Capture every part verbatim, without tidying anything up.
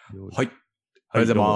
はい。おはよはい、 うございどうも。 ます。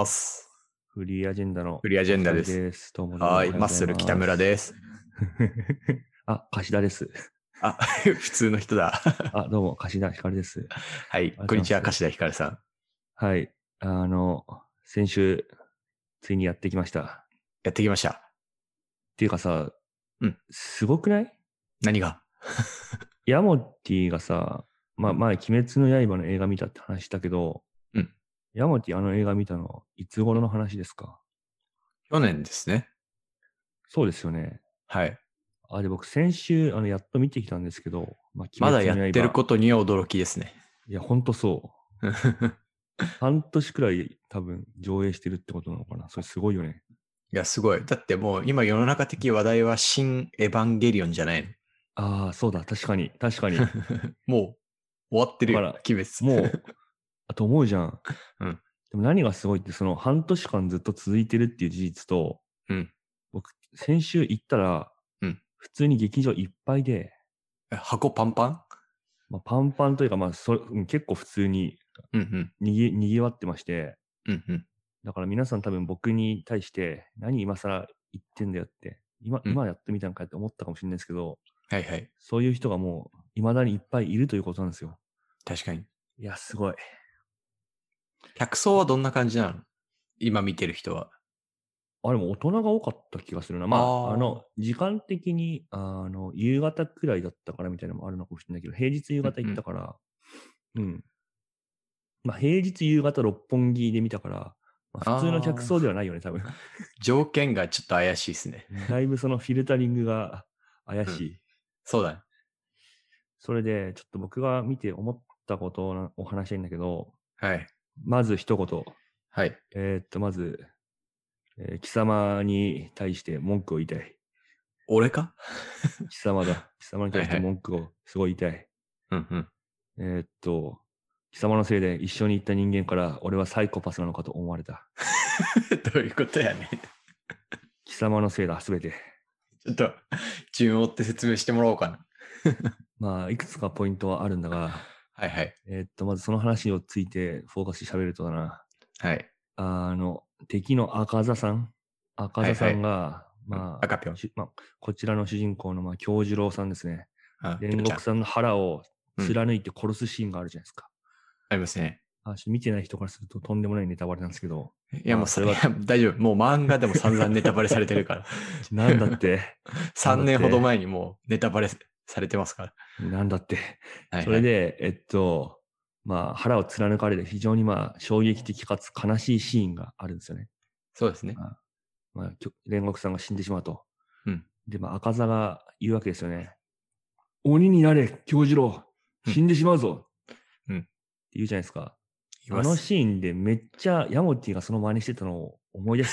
フリーアジェンダのフリーアジェンダお二です。 人です。どうもどうもおはい。 はようございマッスル北ます。 村です。 あ、柏田です。 あ、普通の人だ。 あ、どうも、柏田ひかるです。 はい。 ありがとうごこんにちは、 ざいます。 柏田ひかるさん。 はい。あの、先週、ついにやってきました。 やってきました。 っていうかさ、 うん。 すごくない？ 何がヤモティがさ、まあ、 うん。 前、鬼滅の刃の映画見たって話したけど、 うん。 ヤモティあの映画見たの、いつ頃の話ですか？ 去年ですね。 そうですよね。 はい。 あ、で、僕、先週、あの、やっと見てきたんですけど、まあ、 まだ鬼滅の刃。 やってることには驚きですね。 いや、ほんとそう。半年くらい多分上映してるってことなのかな。それすごいよね。 いや、すごい。だってもう今世の中的話題は新エヴァンゲリオンじゃないの。 ああ、そうだ。確かに。確かに。 もう終わってるよ、 だから、 鬼滅。 もう、あと思うじゃん。 うん。 でも何がすごいって、その半年間ずっと続いてるっていう事実と、 うん。 僕、先週行ったら、 うん。 普通に劇場いっぱいで、 え箱パンパンまあ、パンパンというか、まあそ、うん結構普通にうんうん。 にぎにぎわってまして、 うんうん。 だから皆さん多分僕に対して、何今更言ってんだよって、今、 うん。 今やってみたんかって思ったかもしれないですけど、 はいはい。 そういう人がもう、未だにいっぱいいるということなんですよ。 確かに。 いや、すごい。 客層はどんな感じなの今見てる人は。 あ、でも大人が多かった気がするな。まあ、あの、 ああ。 時間的に、あの、夕方くらいだったからみたいなのもあるのかもしれないけど、平日夕方行っうんうん。 たから、うん。まあ、平日夕方六本木で見たから、まあ、普通の客ああ。 層ではないよね、多分。 条件がちょっと怪しいですね。 だいぶそのフィルタリングが怪うん。 しい。 そうだね。 それで、ちょっと僕が見て思ったことをお話したいんだけど、 はい。 まず一言。 はい。 えーっと、まず、えー貴様に対して文句を言いたい。 俺か貴様だ。貴様に対してはいはい。 文句をすごい言いたい。 うんうん。 えーっと、貴様のせいで一緒に行った人間から俺はサイコパスなのかと思われた。 どういうことやねん。 貴様のせいだ、すべて。 ちょっと、順を追って説明してもらおうかな。 まあ、いくつかポイントはあるんだが、 はいはい。 えーっと、まずその話をついてフォーカスして喋るとだな。 はい。 あの、敵の赤座さん。赤座さんはいはい。 が、 うん。 まあ、 赤ぴょん。 しまあ、こちらの主人公の、まあ、京次郎さんですね。 あ、ぴょんちゃん。 煉獄さんの腹をうん。 貫いて殺すシーンがあるじゃないですか。 ありますね。 あ見てない人からするととんでもないネタバレなんですけど、 いやもうさ、いまあそれはや大丈夫。もう漫画でも散々ネタバレされてるから。 なんだって、なんだ 3 っ年ほどて、 前にもうネタバレされてますから。 なんだって。 はいはい。 それで、えっと、まあ腹を貫かれる非常にまあ衝撃的かつ悲しいシーンがあるんですよね。 そうですね。 まあ、まあ、きょ煉獄さんが死んでしまうと。 うん。 で、まあ赤座が言うわけですよね。鬼になれ、京次郎。 うん。 死んでしまうぞ。 うん。 って言うじゃないですか。 います。 あのシーンでめっちゃヤモティがその真似してたのを思い出して、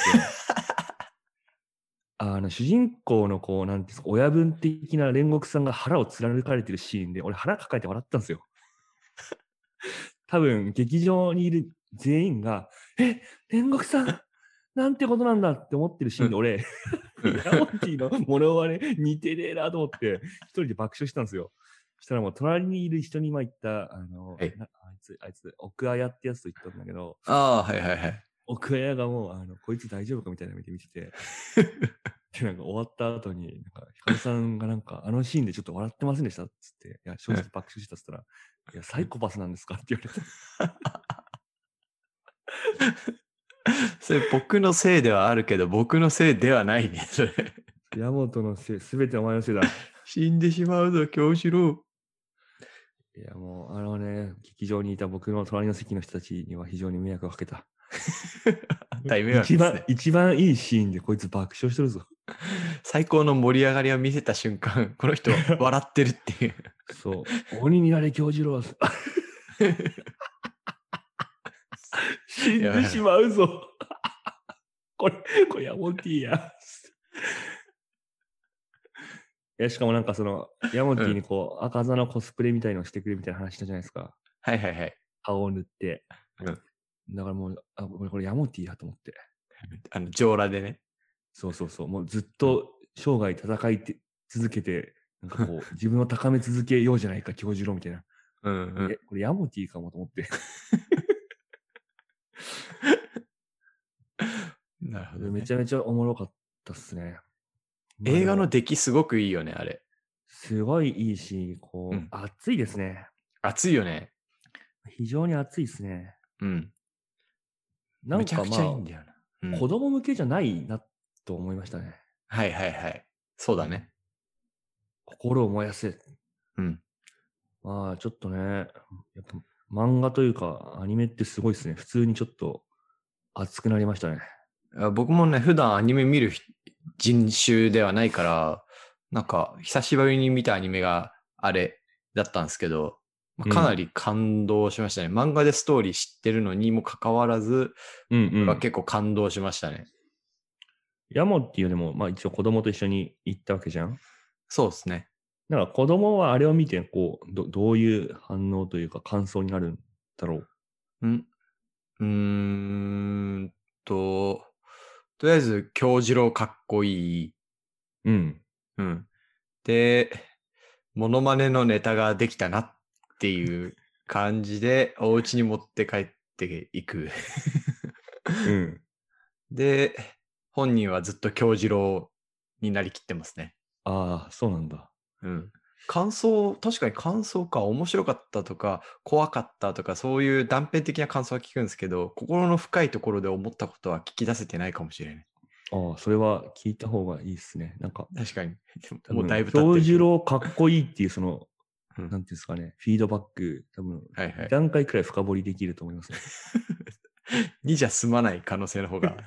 あの主人公のこう、なんていうんですか、親分的な煉獄さんが腹を貫かれてるシーンで、俺腹抱えて笑ったんですよ。多分劇場にいる全員が、え、煉獄さん、なんてことなんだって思ってるシーンでうん。 俺、 うん。 ヤモティのモノマネ似てねえなと思って、一人で爆笑したんですよ。そしたらもう隣にいる人に今言った、あの、 はい。 なあいつ、あいつ、奥綾ってやつと言ったんだけど、 ああ、はいはいはい。 奥綾がもう、あの、こいつ大丈夫かみたいな目で見てて、で、なんか終わった後に、なんか、ヒカルさんがなんか、あのシーンでちょっと笑ってませんでしたっつって、いや、正直爆笑したっつったら、いや、サイコパスなんですかって言われた。 それ僕のせいではあるけど、僕のせいではないね、それ。 ヤモトのせい、すべてお前のせいだ。 死んでしまうぞ、京志郎。 いや、もう、あのね、劇場にいた僕の隣の席の人たちには非常に迷惑をかけた。 大迷惑一番、 ですね。 一番いいシーンでこいつ爆笑してるぞ。 最高の盛り上がりを見せた瞬間、この人笑ってるっていう。 そう。鬼になれ、京次郎。死んでしやばいやばい。 まうぞ。これ、これヤモティや。いや、しかもなんかその、ヤモティにこう、赤座のコスプレみたいのをしてくれみたいな話したじゃないですか。 はいはいはい。 顔を塗って。 うん。 だからもう、あ、これこれヤモティやと思って。 あの、上裸でね。 そうそうそう。もうずっうんと生涯戦いて続けて、なんかこう、自分を高め続けようじゃないか、京次郎みたいな。 うんうん。 え、これヤモティかもと思って。 なるほどねめちゃめちゃおもろかったっすね。まあ映画でもの出来すごくいいよね、あれ。 すごいいいし、こう、 うん熱いですね。 熱いよね。 非常に熱いですね。 うん。 なんかめちゃくちゃいいまんだよな。うあ、 ん子供向けじゃないなと思いましたね。 はいはいはい。そうだね。 心を燃やせ。 うん。 まあ、ちょっとね、やっぱ漫画というか、アニメってすごいですね。普通にちょっと熱くなりましたね。 あ僕もね、普段アニメ見るひ人種ではないから、なんか、久しぶりに見たアニメがあれだったんですけど、まあかなり感動しましたね。漫画でストーリー知ってるのにもかかわらず、 うんうん。 僕は結構感動しましたね。 ヤモっていうよりも、まあ一応子供と一緒に行ったわけじゃん。 そうですね。 だから子供はあれを見て、こう、どどういう反応というか感想になるんだろう。 んうーんと、とりあえず、京次郎かっこいい。 うん。 うん。で、モノマネのネタができたなっていう感じで、お家に持って帰っていく。 うん。 で、本人はずっと京次郎になりきってますね。 ああ、そうなんだ。 うん。感想、確かに感想か、面白かったとか、怖かったとか、そういう断片的な感想は聞くんですけど、心の深いところで思ったことは聞き出せてないかもしれない。 ああ、それは聞いた方がいいですね。なんか、 確かに。 多もうだい分、 ぶ経ってるけど。 京次郎かっこいいっていう、その、 うんなんていうんですかね、フィードバック、多分、 はいはい。 段階くらい深掘りできると思いますね。 にじゃ済まない可能性の方が。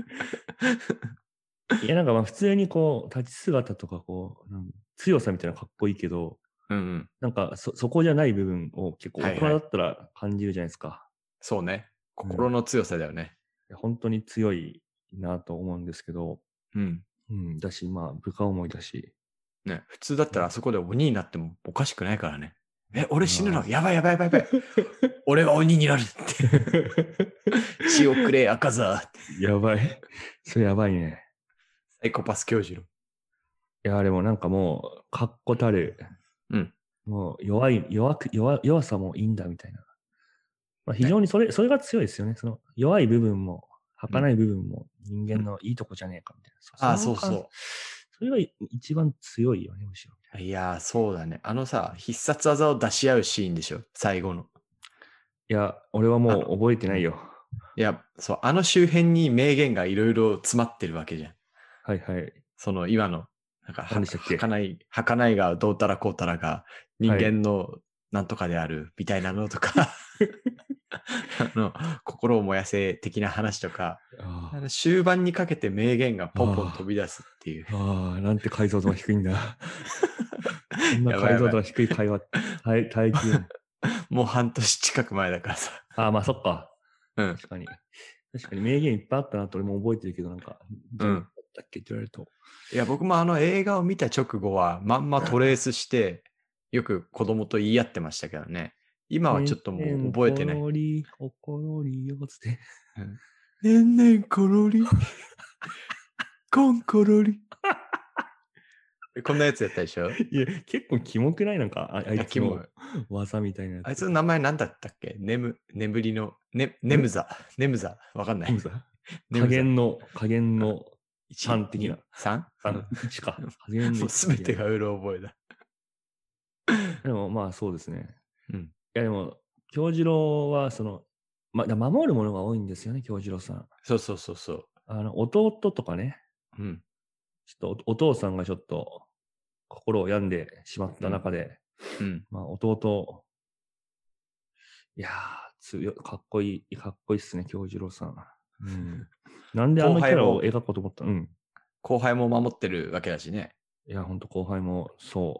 いや、なんかまあ普通にこう、立ち姿とかこう、なん強さみたいなのかっこいいけど、 うんうん。 なんかそ、そこじゃない部分を結構大人はいはいだったら感じるじゃないですか。 そうね。心の強さだよね。 いや本当に強いなと思うんですけど、 うん。 うん、だし、まあ、部下思いだし。 ね、普通だったらあそこで鬼になってもおかしくないからね。え、俺死ぬのあーやばいやばいやばいやばい。俺が鬼になるって。血をくれ、赤座って。 やばい。それやばいね。 サイコパス教授の。 いや、でもなんかもう、確固たる、 うん。 もう弱い、弱く、弱弱さもいいんだみたいな。まあ、非常にそれ、それが強いですよね。その弱い部分も、儚い部分も人間のいいとこじゃねえかみたいな。 ああ、 その感そうそそれが一番強いよね、むしろ。 う。いやー、そうだね。あのさ、必殺技を出し合うシーンでしょ。最後の。 いや、俺はもう覚えてないよ。 いや、そう、あの周辺に名言がいろいろ詰まってるわけじゃん。 はいはい。 その今の、なんか、は何でしたっけ儚い、儚いがどうたらこうたらが人間のなんとかであるみたいなのとか、あの、心を燃やせ的な話とか、 ああの終盤にかけて名言がポンポン飛び出すっていう。 ああ、なんて解像度が低いんだ。こんなやばいやばい解像度が低い会話、体体験。 もう半年近く前だからさ。 ああ、まあそっか。 うん。 確かに。確かに名言いっぱいあったなと俺も覚えてるけど、なんか、じゃあ、 うんだったっけって言われると。 いや、僕もあの映画を見た直後は、まんまトレースして、よく子供と言い合ってましたけどね。今はちょっともう覚えてない。 ねんころり、ほころりよつって。 ねんねんころり、こんころり。こんなやつやったでしょいや、結構キモくないなんか、ああいつキモの技みたいなやつ。 あいつの名前なんだったっけ眠、眠りの、ね、眠座。眠座。わかんない。 加減の、加減のさん的な。 さん? さん、いちか。加減のもうすべてがうろ覚えだ。 でもまあそうですね。 うん。 いやでも、京次郎はその、ま、守るものが多いんですよね、京次郎さん。 そうそうそうそう。 あの、弟とかね、 うん。 ちょっとおお父さんがちょっと心を病んでしまった中で、 うん。 まあ弟、いやー、強い、かっこいい、かっこいいっすね、京次郎さん。うん。なんであのキャラを描こうと思ったうん。 後輩も守ってるわけだしね。 いや、ほんと後輩もそう。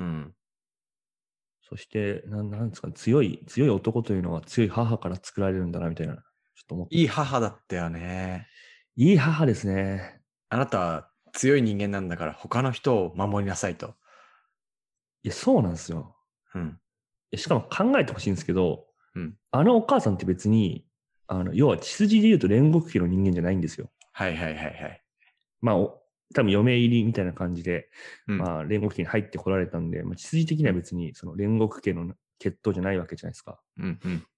うん。 そして、なんなんですかね、強い、強い男というのは強い母から作られるんだな、みたいな。ちょっと思って。 いい母だったよね。 いい母ですね。 あなたは強い人間なんだから他の人を守りなさいと。 いや、そうなんですよ。 うん。 しかも考えてほしいんですけど、 うん。 あのお母さんって別に、あの、要は血筋で言うと煉獄家の人間じゃないんですよ。 はいはいはいはい。 まあ、お多分嫁入りみたいな感じで、 うん、 まあ、煉獄家に入ってこられたんで、まあ、血筋的には別にその煉獄家の血統じゃないわけじゃないですか。 うんうん。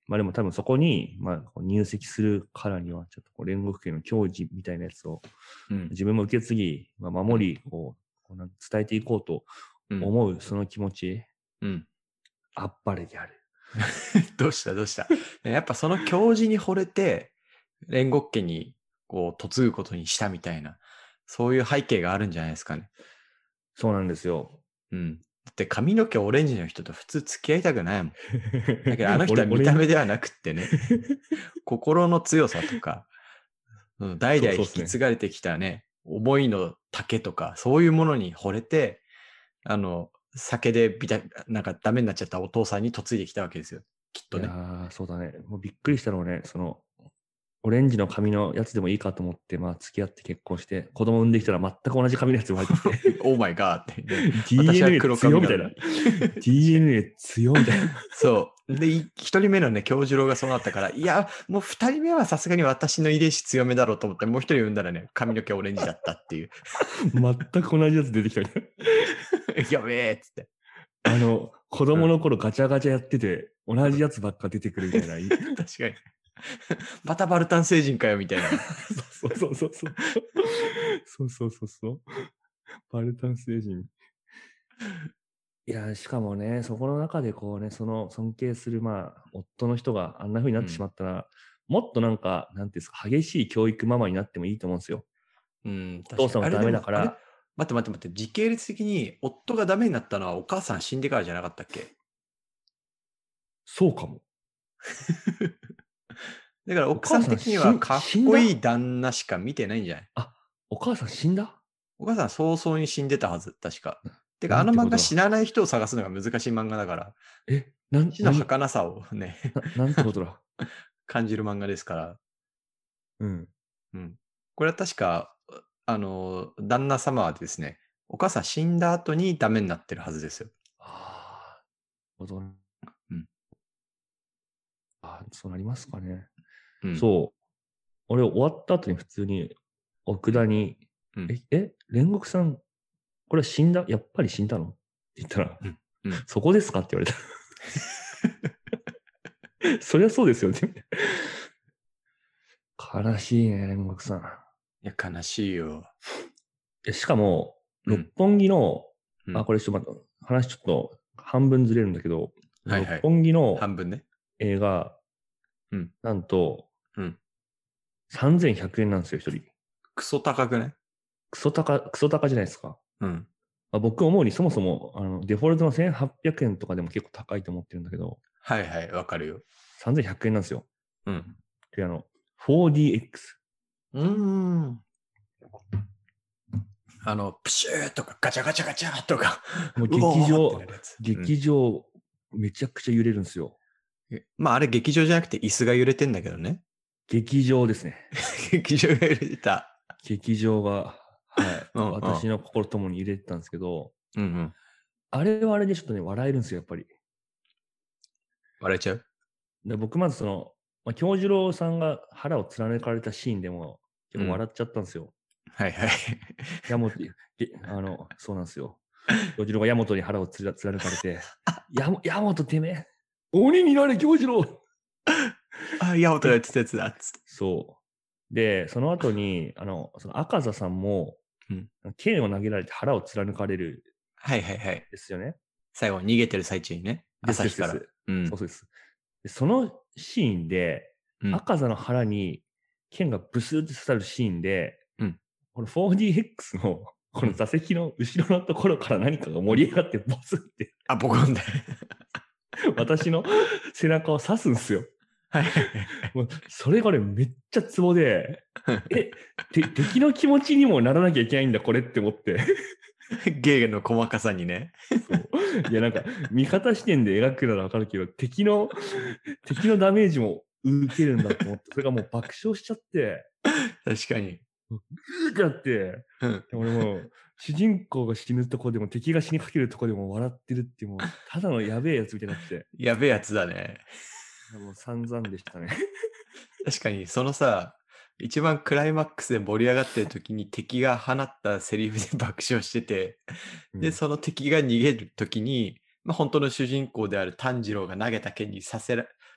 まあでも多分そこに、まあ、こう入籍するからには、ちょっとこう煉獄家の矜持みたいなやつをうん。 自分も受け継ぎ、まあ、守り、こう、こうなん伝えていこうとうん。 思うその気持ち、 うん。 あっぱれである。 どうしたどうしたやっぱその教授に惚れて、煉獄家にこう嫁ぐことにしたみたいな、そういう背景があるんじゃないですかね。 そうなんですよ。 うん。だって髪の毛オレンジの人と普通付き合いたくないもん。だけどあの人は俺見た目ではなくってね、心の強さとか、うん、代々引そうそうっすねき継がれてきたね、思いの丈とか、そういうものに惚れて、あの、酒でビタ、なんかダメになっちゃったお父さんに嫁いできたわけですよ。きっとね。 いやー、そうだね。もうびっくりしたのはね、その、オレンジの髪のやつでもいいかと思って、まあ、付き合って結婚して、子供産んできたら全く同じ髪のやつ生まれてきて、 オーマイガーって、ね。私はディーエヌエー黒強みたいな。 髪なのに。 ディーエヌエー 強みたいな。 そう。で、い一人目のね、京次郎がそうなったから、いや、もう二人目はさすがに私の遺伝子強めだろうと思って、もう一人産んだらね、髪の毛オレンジだったっていう。 全く同じやつ出てきたみたいな。 やべえっつって。 あの、子供の頃ガチャガチャやってて、同じやつばっか出てくるみたいな。 確かに。またバルタン星人かよみたいな。 そうそうそうそう。そうそうそうそう。バルタン星人。いや、しかもね、そこの中でこうね、その尊敬する、まあ、夫の人があんな風になってしまったら、もっとなんか、なんていうんですか、激しい教育ママになってもいいと思うんですよ。 うん、 お父さんはダメだかあれでもあれら、 待って待って待って、時系列的に夫がダメになったのはお母さん死んでからじゃなかったっけそうかも。 だからお奥さん母さん的には死んかっ死んだこいい旦那しか見てないんじゃないあ、お母さん死んだお母さん早々に死んでたはず、確か。てか、あの漫なんてことだ。 画死なない人を探すのが難しい漫画だから、 え、なん、 死の何儚さをね、 ななんてことだ。 感じる漫画ですから。 うん。 うん。これは確か、あの、旦那様はですね、お母さん死んだ後にダメになってるはずですよ。 ああ、なるほど。 うん。 あそうなりますかね。 うん。 そう。俺終わった後に普通に、奥田に、 うん。 え、え、煉獄さん、これは死んだやっぱり死んだのって言ったら、 うん。うん。 そこですかって言われた。そりゃそうですよね。悲しいね、煉獄さん。 いや、悲しいよ。 えしかも、 うん六本木の、 うんあ、これちょっと待って、話ちょっと半分ずれるんだけど、 はいはい六本木の半分ね。 映画、 うん。 なんと、 うん。 さんぜんひゃくえんなんですよ、一人。 クソ高くないクソ高、クソ高じゃないですか。 うん。 まあ、僕思うにそもそもあのデフォルトのせんはっぴゃくえんとかでも結構高いと思ってるんだけど、 はいはい、わかるよ。 さんぜんひゃくえんなんですよ。 うん。 で、あの、フォーディーエックス。 うーん。あの、プシューとかガチャガチャガチャとか、 もううおーって劇場なるやつ、 劇場、めちゃくちゃ揺れるんですよ。 うんまあ、あれ劇場じゃなくて椅子が揺れてんだけどね。 劇場ですね。 劇場が揺れてた。 劇場が、はい、 うんうん私の心ともに揺れてたんですけど、 うんうん。 あれはあれでちょっとね、笑えるんですよ、やっぱり。 笑えちゃうで僕まずその、まあ、京次郎さんが腹を貫かれたシーンでも結構笑っちゃったんですよ。 はいはい。 ヤモト、えあの、そうなんですよ。京次郎がヤモトに腹をつら貫かれて、ヤモヤモトてめえ、鬼になれ京次郎あ、ヤオトが言ってたやつだっつって。 そう。で、その後に、あの、その赤座さんも、 うん剣を投げられて腹を貫かれるはいはいはい。 んですよね。 最後逃げてる最中にね。 です朝日から。 ですうんそうです。でそのシーンで、 うん赤座の腹に剣がブスって刺さるシーンで、 うんこの フォーディーエックス のこの座席の後ろのところから何かが盛り上がってボスってあ、ボコンで。 私の背中を刺すんですよ。 はいはいはい。 もうそれがね、めっちゃツボで、え、て敵の気持ちにもならなきゃいけないんだ、これって思って。 芸の細かさにね。 そういや、なんか、味方視点で描くならわかるけど、敵の、敵のダメージも受けるんだと思って、それがもう爆笑しちゃって、 確かに。 うーってなって、 うん。 で俺もう、主人公が死ぬとこでも敵が死にかけるとこでも笑ってるっていう、もう、ただのやべえやつみたいになってて、 やべえやつだね。 もう散々でしたね。 確かに、そのさ、一番クライマックスで盛り上がってる時に敵が放ったセリフで爆笑してて、で、 うんその敵が逃げる時に、まあ、本当の主人公である炭治郎が投げた剣にさせら、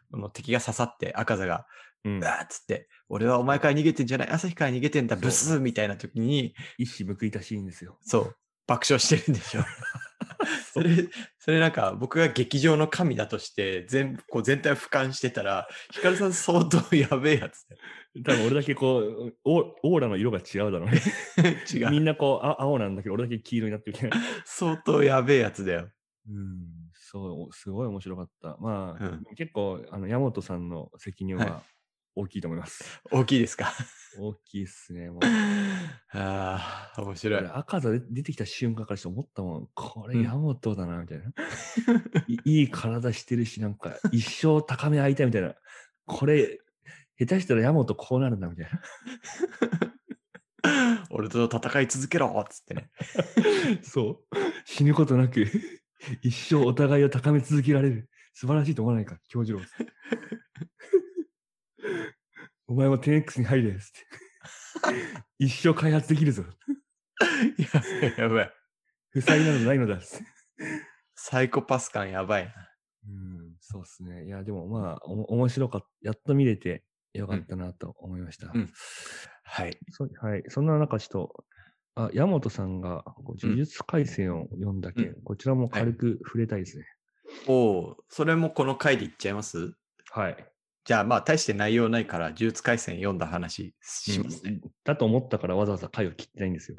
この敵が刺さって赤座が、 うん。 うわーっつって、俺はお前から逃げてんじゃない、朝日から逃げてんだ、 そうブスーみたいな時に、 一矢報いたシーンですよ。 そう、爆笑してるんでしょ。 そう。 それ、それなんか僕が劇場の神だとして全部、こう全体を俯瞰してたら、ヒカルさん相当やべえやつだよ。 多分俺だけこう、オーオーラの色が違うだろうね。 違う。 みんなこう、あ青なんだけど、俺だけ黄色になってるけど。 相当やべえやつだよ。 うん、そう、すごい面白かった。まあ、 うん。 結構、あの、山本さんの責任はい。 は大きいと思います。 大きいですか。 大きいっすね、もう。 ああ、面白い。 俺、赤座で出てきた瞬間からして思ったもん。これうん。 山本だな、みたいな。いいい体してるし、なんか一生高め合いたいみたいな。これ、下手したら山本こうなるんだ、みたいな。 俺と戦い続けろっつってね。 そう。死ぬことなく、一生お互いを高め続けられる。素晴らしいと思わないか、教授郎。お前も テンエックス に入れっつって。一生開発できるぞ。 やばいやばい。 負債などないのだっつって。 サイコパス感やばいな。 うん、そうっすね。いや、でもまあ、おも面白かった。やっと見れてよかったなと思いました。 うん。はい。 そはい。そんな中、ちょっと、あ、山本さんがこううん。 呪術廻戦を読んだ件、 うん。 こちらもはい。 軽く触れたいですね。 おお、それもこの回で言っちゃいます？ はい。 じゃあまあ大して内容ないから呪術廻戦読んだ話うしますね。 ん、だと思ったからわざわざ回を切ってないんですよ。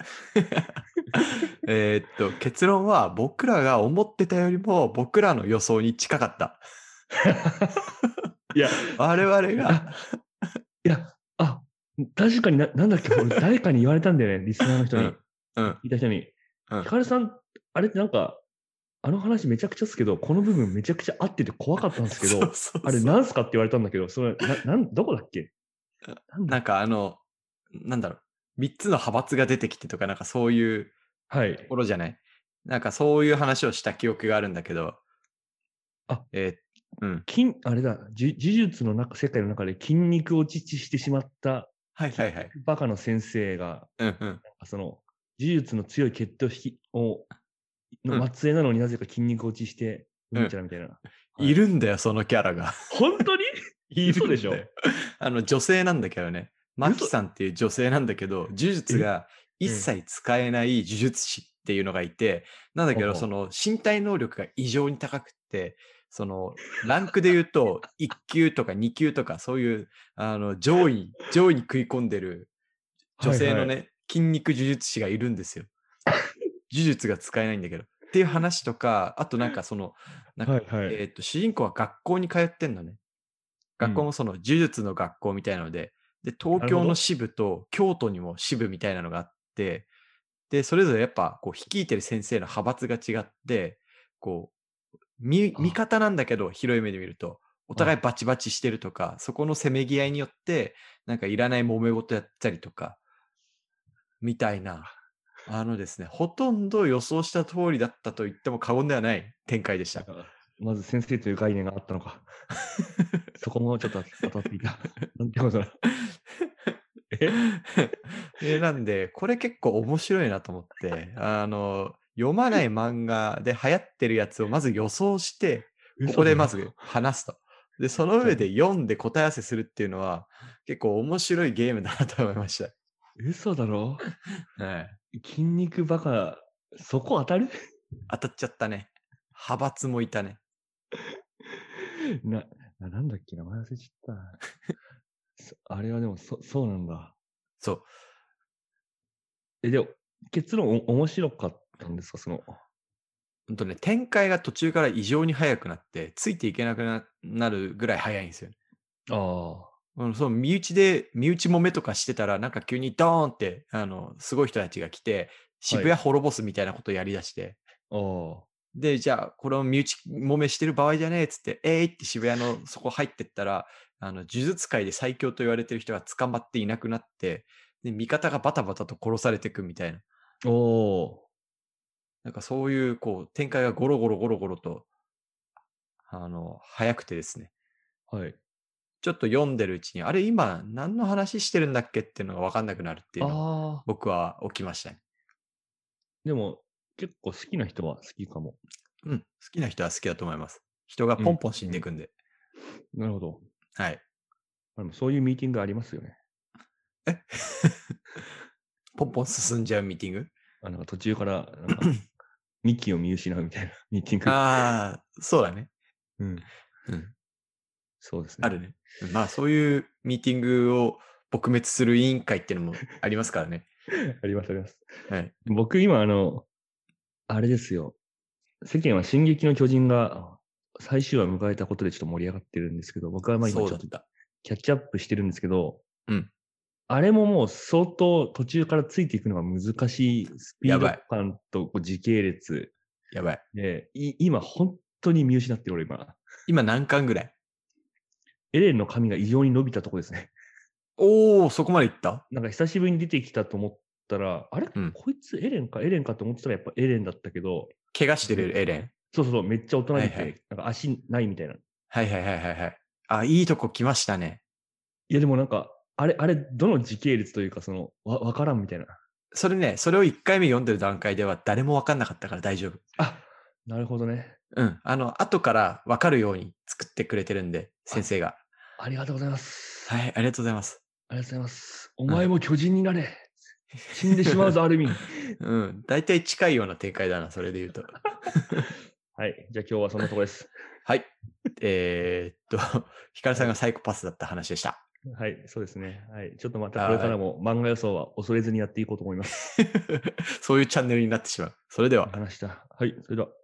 えーっと、結論は僕らが思ってたよりも僕らの予想に近かった。 いや、 我々が、 あ、いや、あ、確かにな、なんだっけ、俺誰かに言われたんだよね、リスナーの人に。 うん、うん、 聞いた人に。 うん。 ヒカルさん、あれってなんか、あの話めちゃくちゃっすけど、この部分めちゃくちゃ合ってて怖かったんですけそうど、あれそうそう。 なんすかって言われたんだけど、それ、な、なん、どこだっけなんだなんかあの、なんだろう、みっつの派閥が出てきてとか、なんかそういうはい。 ところじゃない？なんかそういう話をした記憶があるんだけど、 あ、 えー、うん。 筋、あれだ、じゅ呪術の中、世界の中で筋肉落ちしてしまった筋はいはいはい。 肉バカの先生が、 うんうん。 なんかその、呪術の強い血統引きを、 うんの末裔なのになぜか筋肉落ちして、 ううんんちゃらみたいな。はいいるんだよ、そのキャラが。 本当にいるんだよ。 嘘でしょあの、女性なんだけどね。マキ嘘さんっていう女性なんだけど、呪術が一うん。 切使えない呪術師っていうのがいて、なんだけど、 ほうほうその身体能力が異常に高くって、その、ランクで言うと、いっ級とかに級とか、そういう、あの、上位、上位に食い込んでる女はいはい。 性のね、筋肉呪術師がいるんですよ。呪術が使えないんだけど。っていう話とか、あとなんかその、なんか、 はいはい。 えっと、主人公は学校に通ってんのね。 うん。 学校もその呪術の学校みたいなので、で、東なるほど。 京の支部と京都にも支部みたいなのがあって、で、それぞれやっぱこう率いてる先生の派閥が違って、こう、味味あ、 方なんだけど、広い目で見ると、お互いあ、 バチバチしてるとか、そこのせめぎ合いによって、なんかいらない揉め事やったりとか、みたいな、あのですね、ほとんど予想した通りだったと言っても過言ではない展開でした。 あまず先生という概念があったのか。そこもちょっと当たっていた。なんてことだ。ええなんで、これ結構面白いなと思って、あの、読まない漫画で流行ってるやつをまず予想して、ここでまず話すと。で、その上で読んで答え合わせするっていうのは、結構面白いゲームだなと思いまし嘘だろた。はい。 筋肉バカ、そこ当たる当たっちゃったね。派閥もいたね。 な、ななんだっけ名前忘れちゃった。そあれはでも、そ、そうなんだ。 そう。 え、でも、結論お面白かったんですかその。 ほんとね、展開が途中から異常に速くなって、ついていけなくななるぐらい速いんですよね。 あうん、その身内で、身内揉めとかしてたら、なんか急にドーンって、あの、すごい人たちが来て、渋谷滅ぼすみたいなことをやり出して、 あ、ああ。 で、じゃあ、これを身内揉めしてる場合じゃねえっつって、えいって渋谷のそこ入ってったら、あの、呪術界で最強と言われてる人が捕まっていなくなって、で、味方がバタバタと殺されていくみたいな。 おお。 なんかそういう、こう、展開がゴロゴロゴロゴロと、あの、早くてですね。 はい。 ちょっと読んでるうちに、あれ今何の話してるんだっけっていうのが分かんなくなるっていうのがああ。 僕は起きましたね。 でも、結構好きな人は好きかも。 うん。好きな人は好きだと思います。人がうん。 ポンポン死んうん。 でいくんで。 なるほど。 はい。 まあでもそういうミーティングありますよね。 えポンポン進んじゃうミーティングあなんか途中から、なんか、ミッキーを見失うみたいなミーティング。 ああ、そうだね。 うん。 うん。 そうですね。 あるね。まあそういうミーティングを撲滅する委員会っていうのもありますからね。 ありますあります。 はい。 僕今あの、あれですよ。世間は進撃の巨人が最終話を迎えたことでちょっと盛り上がってるんですけど、僕はまあ今ちょっとそうだった。 キャッチアップしてるんですけど、 うん。 あれももう相当途中からついていくのが難しいスピードやばい。 感とこう時系列やばい。 で、い今本当に見失ってる俺今。 今何巻ぐらいエレンの髪が異常に伸びたとこですね。 おー、そこまでいったなんか久しぶりに出てきたと思ったら、あれ、 うんこいつエレンかエレンかと思ってたらやっぱエレンだったけど、 怪我してるエレンそうそうそう、めっちゃ大人びて、 はいはいなんか足ないみたいな。いはいはいはいはいはい。あ、いいとこ来ましたね。 やでもなんか、あれ、あれ、どの時系列というか、その、わ、わからんみたいな。 それね、それをいっかいめ読んでる段階では誰もわかんなかったから大丈夫。 あ、なるほどね。 うん。あの、後からわかるように作ってくれてるんで、先生が。 ありがとうございます。 はい、ありがとうございます。 ありがとうございます。お前も巨人になれ。死んでしまうぞ、アルミン。 うん。大体近いような展開だな、それで言うと。 はい。じゃあ今日はそんなところです。 はい。えー、っと、ヒカルさんがサイコパスだった話でした。 はい、そうですね。はい。ちょっとまたこれからも漫画予想は恐れずにやっていこうと思います。 そういうチャンネルになってしまう。それでは。 話した。はい。それでは。